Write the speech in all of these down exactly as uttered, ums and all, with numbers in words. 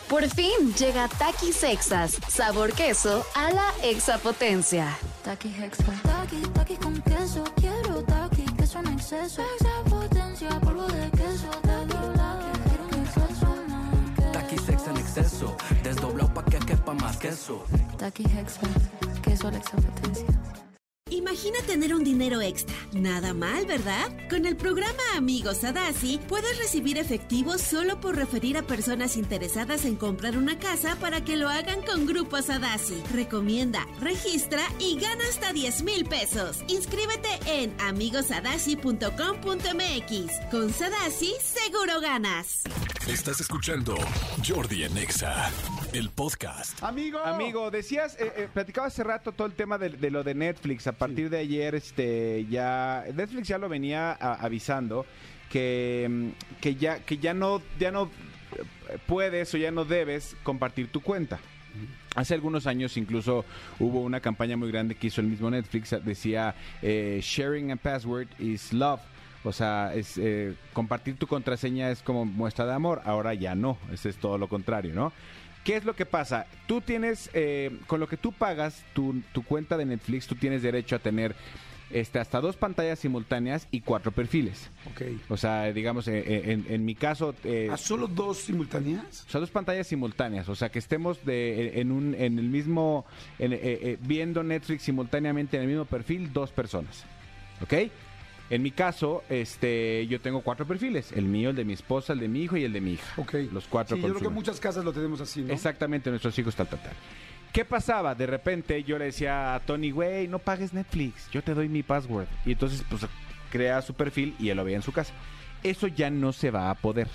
Por fin llega Takis Exas, sabor queso a la exapotencia. Takis Extra. Takis, Takis con queso. Quiero Takis, queso en exceso. Exapotencia, polvo de queso. Takis, Takis, quiero un exceso más. Takis Extra en exceso. Desdoblado pa' que quepa más queso. Takis Extra, queso a la exapotencia. Imagina tener un dinero extra. Nada mal, ¿verdad? Con el programa Amigos Sadassi puedes recibir efectivo solo por referir a personas interesadas en comprar una casa para que lo hagan con Grupo Sadassi. Recomienda, registra y gana hasta diez mil pesos. Inscríbete en amigos sadassi punto com punto m x. Con Sadassi seguro ganas. Estás escuchando Jordi en Exa, el podcast. Amigo, Amigo, decías, eh, eh, platicaba hace rato todo el tema de, de lo de Netflix. A partir sí. de ayer, este, ya Netflix ya lo venía a, avisando que, que ya que ya no ya no puedes o ya no debes compartir tu cuenta. Hace algunos años incluso hubo una campaña muy grande que hizo el mismo Netflix. Decía eh, sharing a password is love. O sea, es eh, compartir tu contraseña es como muestra de amor. Ahora ya no, eso es todo lo contrario, ¿no? ¿Qué es lo que pasa? Tú tienes, eh, con lo que tú pagas tu, tu cuenta de Netflix, tú tienes derecho a tener este, hasta dos pantallas simultáneas y cuatro perfiles. Ok. O sea, digamos, eh, en, en mi caso... Eh, ¿A solo dos simultáneas? O sea, dos pantallas simultáneas. O sea, que estemos de, en, un, en el mismo... En, eh, eh, viendo Netflix simultáneamente en el mismo perfil, dos personas. ¿Ok? En mi caso, este, yo tengo cuatro perfiles. El mío, el de mi esposa, el de mi hijo y el de mi hija. Ok. Los cuatro Sí, yo creo que en consumen. muchas casas lo tenemos así, ¿no? Exactamente, nuestros hijos tal, tal, tal. ¿Qué pasaba? De repente yo le decía a Tony, güey, no pagues Netflix, yo te doy mi password. Y entonces, pues, crea su perfil y él lo veía en su casa. Eso ya no se va a poder.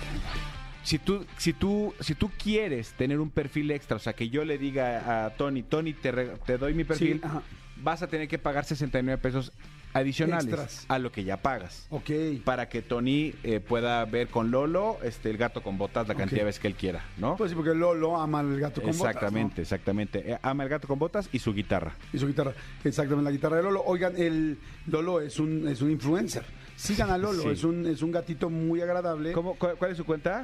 Si tú, si tú, si tú quieres tener un perfil extra, o sea, que yo le diga a Tony, Tony, te, re- te doy mi perfil, Sí, ajá. vas a tener que pagar sesenta y nueve pesos adicionales Extras. a lo que ya pagas. Ok. Para que Tony eh, pueda ver con Lolo este, el gato con botas la cantidad Ok. de veces que él quiera, ¿no? Pues sí, porque Lolo ama al gato con exactamente, botas, exactamente. Eh, ama el gato con botas y su guitarra. ¿no? Y su guitarra. Exactamente, la guitarra de Lolo. Oigan, el Lolo es un, es un influencer. Sigan a Lolo, Sí. es, un, es un gatito muy agradable. ¿Cómo, cuál, cuál es su cuenta?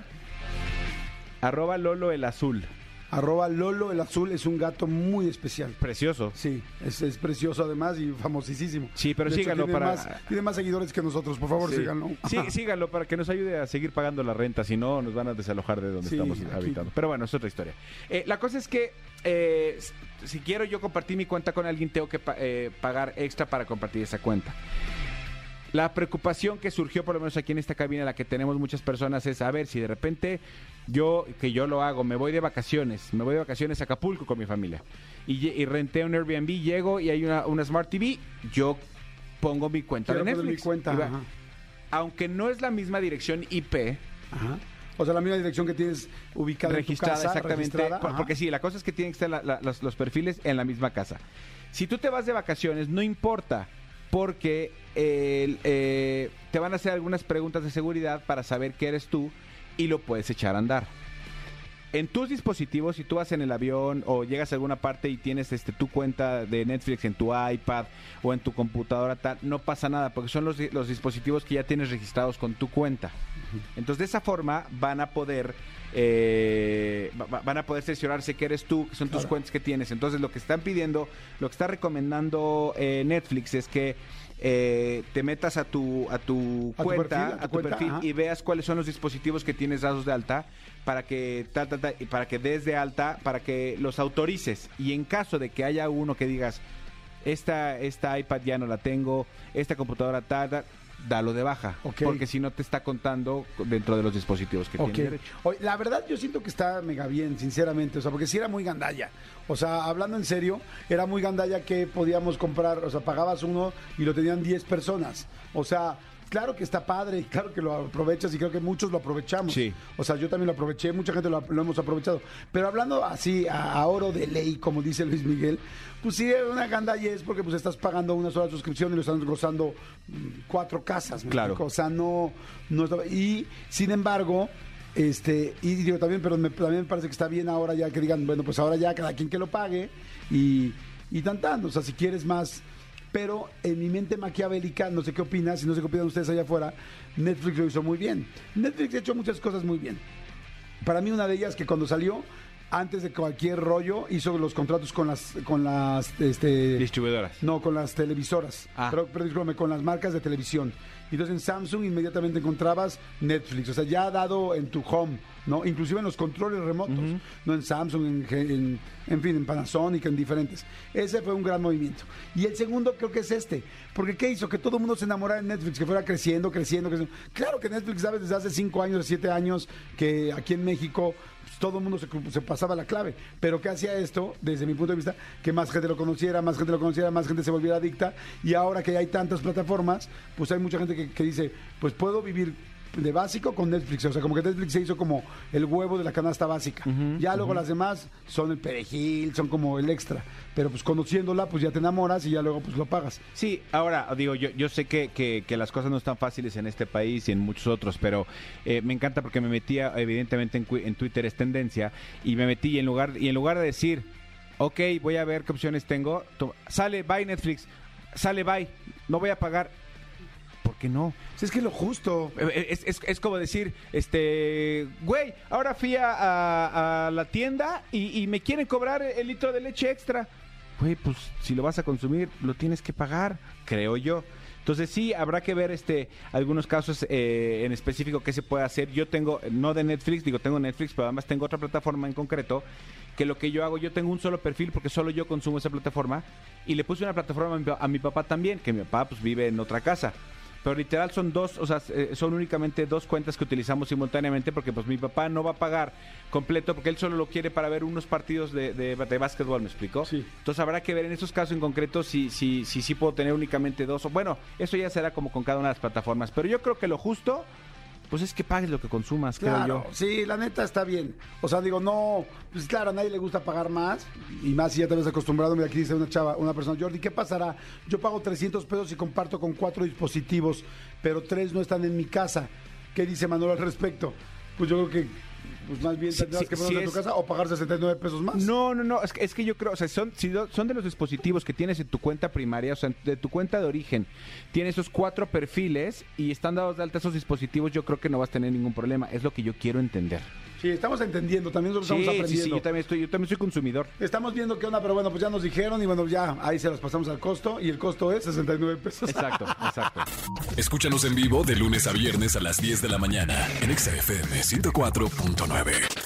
Arroba Lolo el Azul. Arroba Lolo el Azul, es un gato muy especial. Precioso. Sí, es, es precioso además y famosísimo. Sí, pero De hecho, síganlo tiene para- Más, tiene más seguidores que nosotros, por favor, Sí. síganlo. Sí, Ajá. síganlo para que nos ayude a seguir pagando la renta, si no nos van a desalojar de donde Sí, estamos aquí. habitando. Pero bueno, es otra historia. Eh, la cosa es que eh, si quiero yo compartir mi cuenta con alguien, tengo que pa- eh, pagar extra para compartir esa cuenta. La preocupación que surgió, por lo menos aquí en esta cabina, en la que tenemos muchas personas, es a ver si de repente yo, que yo lo hago, me voy de vacaciones, me voy de vacaciones a Acapulco con mi familia y, lle- y renté un Airbnb, llego y hay una, una Smart T V, yo pongo mi cuenta Quiero de poner Netflix. mi cuenta, Y va- ajá. aunque no es la misma dirección I P, Ajá. O sea, la misma dirección que tienes ubicada registrada en tu casa, exactamente, registrada, por- ajá. porque sí, la cosa es que tienen que estar la- la- los, los perfiles en la misma casa. Si tú te vas de vacaciones, no importa, porque el, eh, te van a hacer algunas preguntas de seguridad para saber que eres tú y lo puedes echar a andar. En tus dispositivos, si tú vas en el avión o llegas a alguna parte y tienes este tu cuenta de Netflix en tu iPad o en tu computadora tal, no pasa nada porque son los, los dispositivos que ya tienes registrados con tu cuenta. Entonces de esa forma van a poder eh, va- van a poder cerciorarse que eres tú, que son tus Claro. cuentas que tienes. Entonces lo que están pidiendo, lo que está recomendando eh, Netflix es que eh, te metas a tu a tu A tu cuenta, perfil, a tu a tu cuenta, perfil ajá. y veas cuáles son los dispositivos que tienes dados de alta para que tal, tal, tal, y para que des de alta, para que los autorices. Y en caso de que haya uno que digas esta esta iPad ya no la tengo, esta computadora tal, tal, dalo de baja, Ok. porque si no te está contando dentro de los dispositivos que Ok. tienes derecho. Oye, la verdad yo siento que está mega bien, sinceramente, o sea, porque sí era muy gandalla. O sea, hablando en serio, era muy gandalla que podíamos comprar, o sea, pagabas uno y lo tenían diez personas. O sea, claro que está padre, y claro que lo aprovechas y creo que muchos lo aprovechamos. Sí. O sea, yo también lo aproveché, mucha gente lo, lo hemos aprovechado. Pero hablando así, a, a oro de ley, como dice Luis Miguel, pues sí, una gandalla es porque pues estás pagando una sola suscripción y lo están gozando mm, cuatro casas. ¿me Claro. explico? O sea, no, no está- y sin embargo, este, y digo también, pero me, también me parece que está bien ahora ya que digan, bueno, pues ahora ya cada quien que lo pague y, y tan tan, o sea, si quieres más. Pero en mi mente maquiavélica, no sé qué opinas, y no sé qué opinan ustedes allá afuera, Netflix lo hizo muy bien. Netflix ha hecho muchas cosas muy bien. Para mí una de ellas que cuando salió, antes de cualquier rollo, hizo los contratos con las con las este distribuidoras. No, con las televisoras. Ah. Pero, pero discúlpame, con las marcas de televisión. Y entonces en Samsung inmediatamente encontrabas Netflix, o sea, ya ha dado en tu home, ¿no? Inclusive en los controles remotos, uh-huh. no en Samsung, en, en, en fin, en Panasonic, en diferentes. Ese fue un gran movimiento. Y el segundo creo que es este, porque ¿qué hizo? Que todo el mundo se enamorara de Netflix, que fuera creciendo, creciendo, creciendo. Claro que Netflix, ¿sabes? Desde hace cinco años, siete años, que aquí en México pues, todo el mundo se, se pasaba la clave. Pero ¿qué hacía esto? Desde mi punto de vista, que más gente lo conociera, más gente lo conociera, más gente se volviera adicta. Y ahora que hay tantas plataformas, pues hay mucha gente que, que dice, pues puedo vivir de básico con Netflix, o sea, como que Netflix se hizo como el huevo de la canasta básica. Uh-huh, ya luego uh-huh. las demás son el perejil, son como el extra. Pero pues conociéndola, pues ya te enamoras y ya luego pues lo pagas. Sí, ahora, digo, yo, yo sé que, que, que las cosas no están fáciles en este país y en muchos otros, pero eh, me encanta porque me metía, evidentemente en, en Twitter es tendencia, y me metí y en lugar, y en lugar de decir, ok, voy a ver qué opciones tengo, to- sale, bye Netflix, sale, bye, no voy a pagar. ¿Por qué no? Si es que es lo justo. Es, es, es como decir, este, güey, ahora fui a, a, a la tienda y, y me quieren cobrar el litro de leche extra. Güey, pues si lo vas a consumir, lo tienes que pagar, creo yo. Entonces sí, habrá que ver este algunos casos eh, en específico que se puede hacer. Yo tengo, no de Netflix, digo, tengo Netflix, pero además tengo otra plataforma en concreto, que lo que yo hago, yo tengo un solo perfil porque solo yo consumo esa plataforma, y le puse una plataforma a mi, a mi papá también, que mi papá pues vive en otra casa. Pero literal son dos, o sea, son únicamente dos cuentas que utilizamos simultáneamente porque pues mi papá no va a pagar completo porque él solo lo quiere para ver unos partidos de, de, de básquetbol, ¿me explicó? Sí. Entonces habrá que ver en esos casos en concreto si si, si si puedo tener únicamente dos. O bueno, eso ya será como con cada una de las plataformas. Pero yo creo que lo justo, pues es que pagues lo que consumas, Claro, creo yo. sí, la neta está bien. O sea, digo, no, pues claro, a nadie le gusta pagar más, y más si ya te ves acostumbrado. Mira, aquí dice una chava, una persona, Jordi, ¿qué pasará? Yo pago trescientos pesos y comparto con cuatro dispositivos, pero tres no están en mi casa. ¿Qué dice Manuel al respecto? Pues yo creo que, pues más bien tendrás Sí, que sí, ponerlo sí en tu es- casa o pagar sesenta y nueve pesos más. No, no, no, es que, es que yo creo, o sea, son, si do- son de los dispositivos que tienes en tu cuenta primaria, o sea, de tu cuenta de origen, tiene esos cuatro perfiles y están dados de alta esos dispositivos, yo creo que no vas a tener ningún problema, es lo que yo quiero entender. Sí, estamos entendiendo, también nosotros Sí, estamos sí, aprendiendo. sí, yo también estoy, yo también soy consumidor. Estamos viendo qué onda, pero bueno, pues ya nos dijeron y bueno, ya ahí se los pasamos al costo, y el costo es sesenta y nueve pesos. Exacto, exacto. Escúchanos en vivo de lunes a viernes a las diez de la mañana en Exa F M ciento cuatro punto nueve.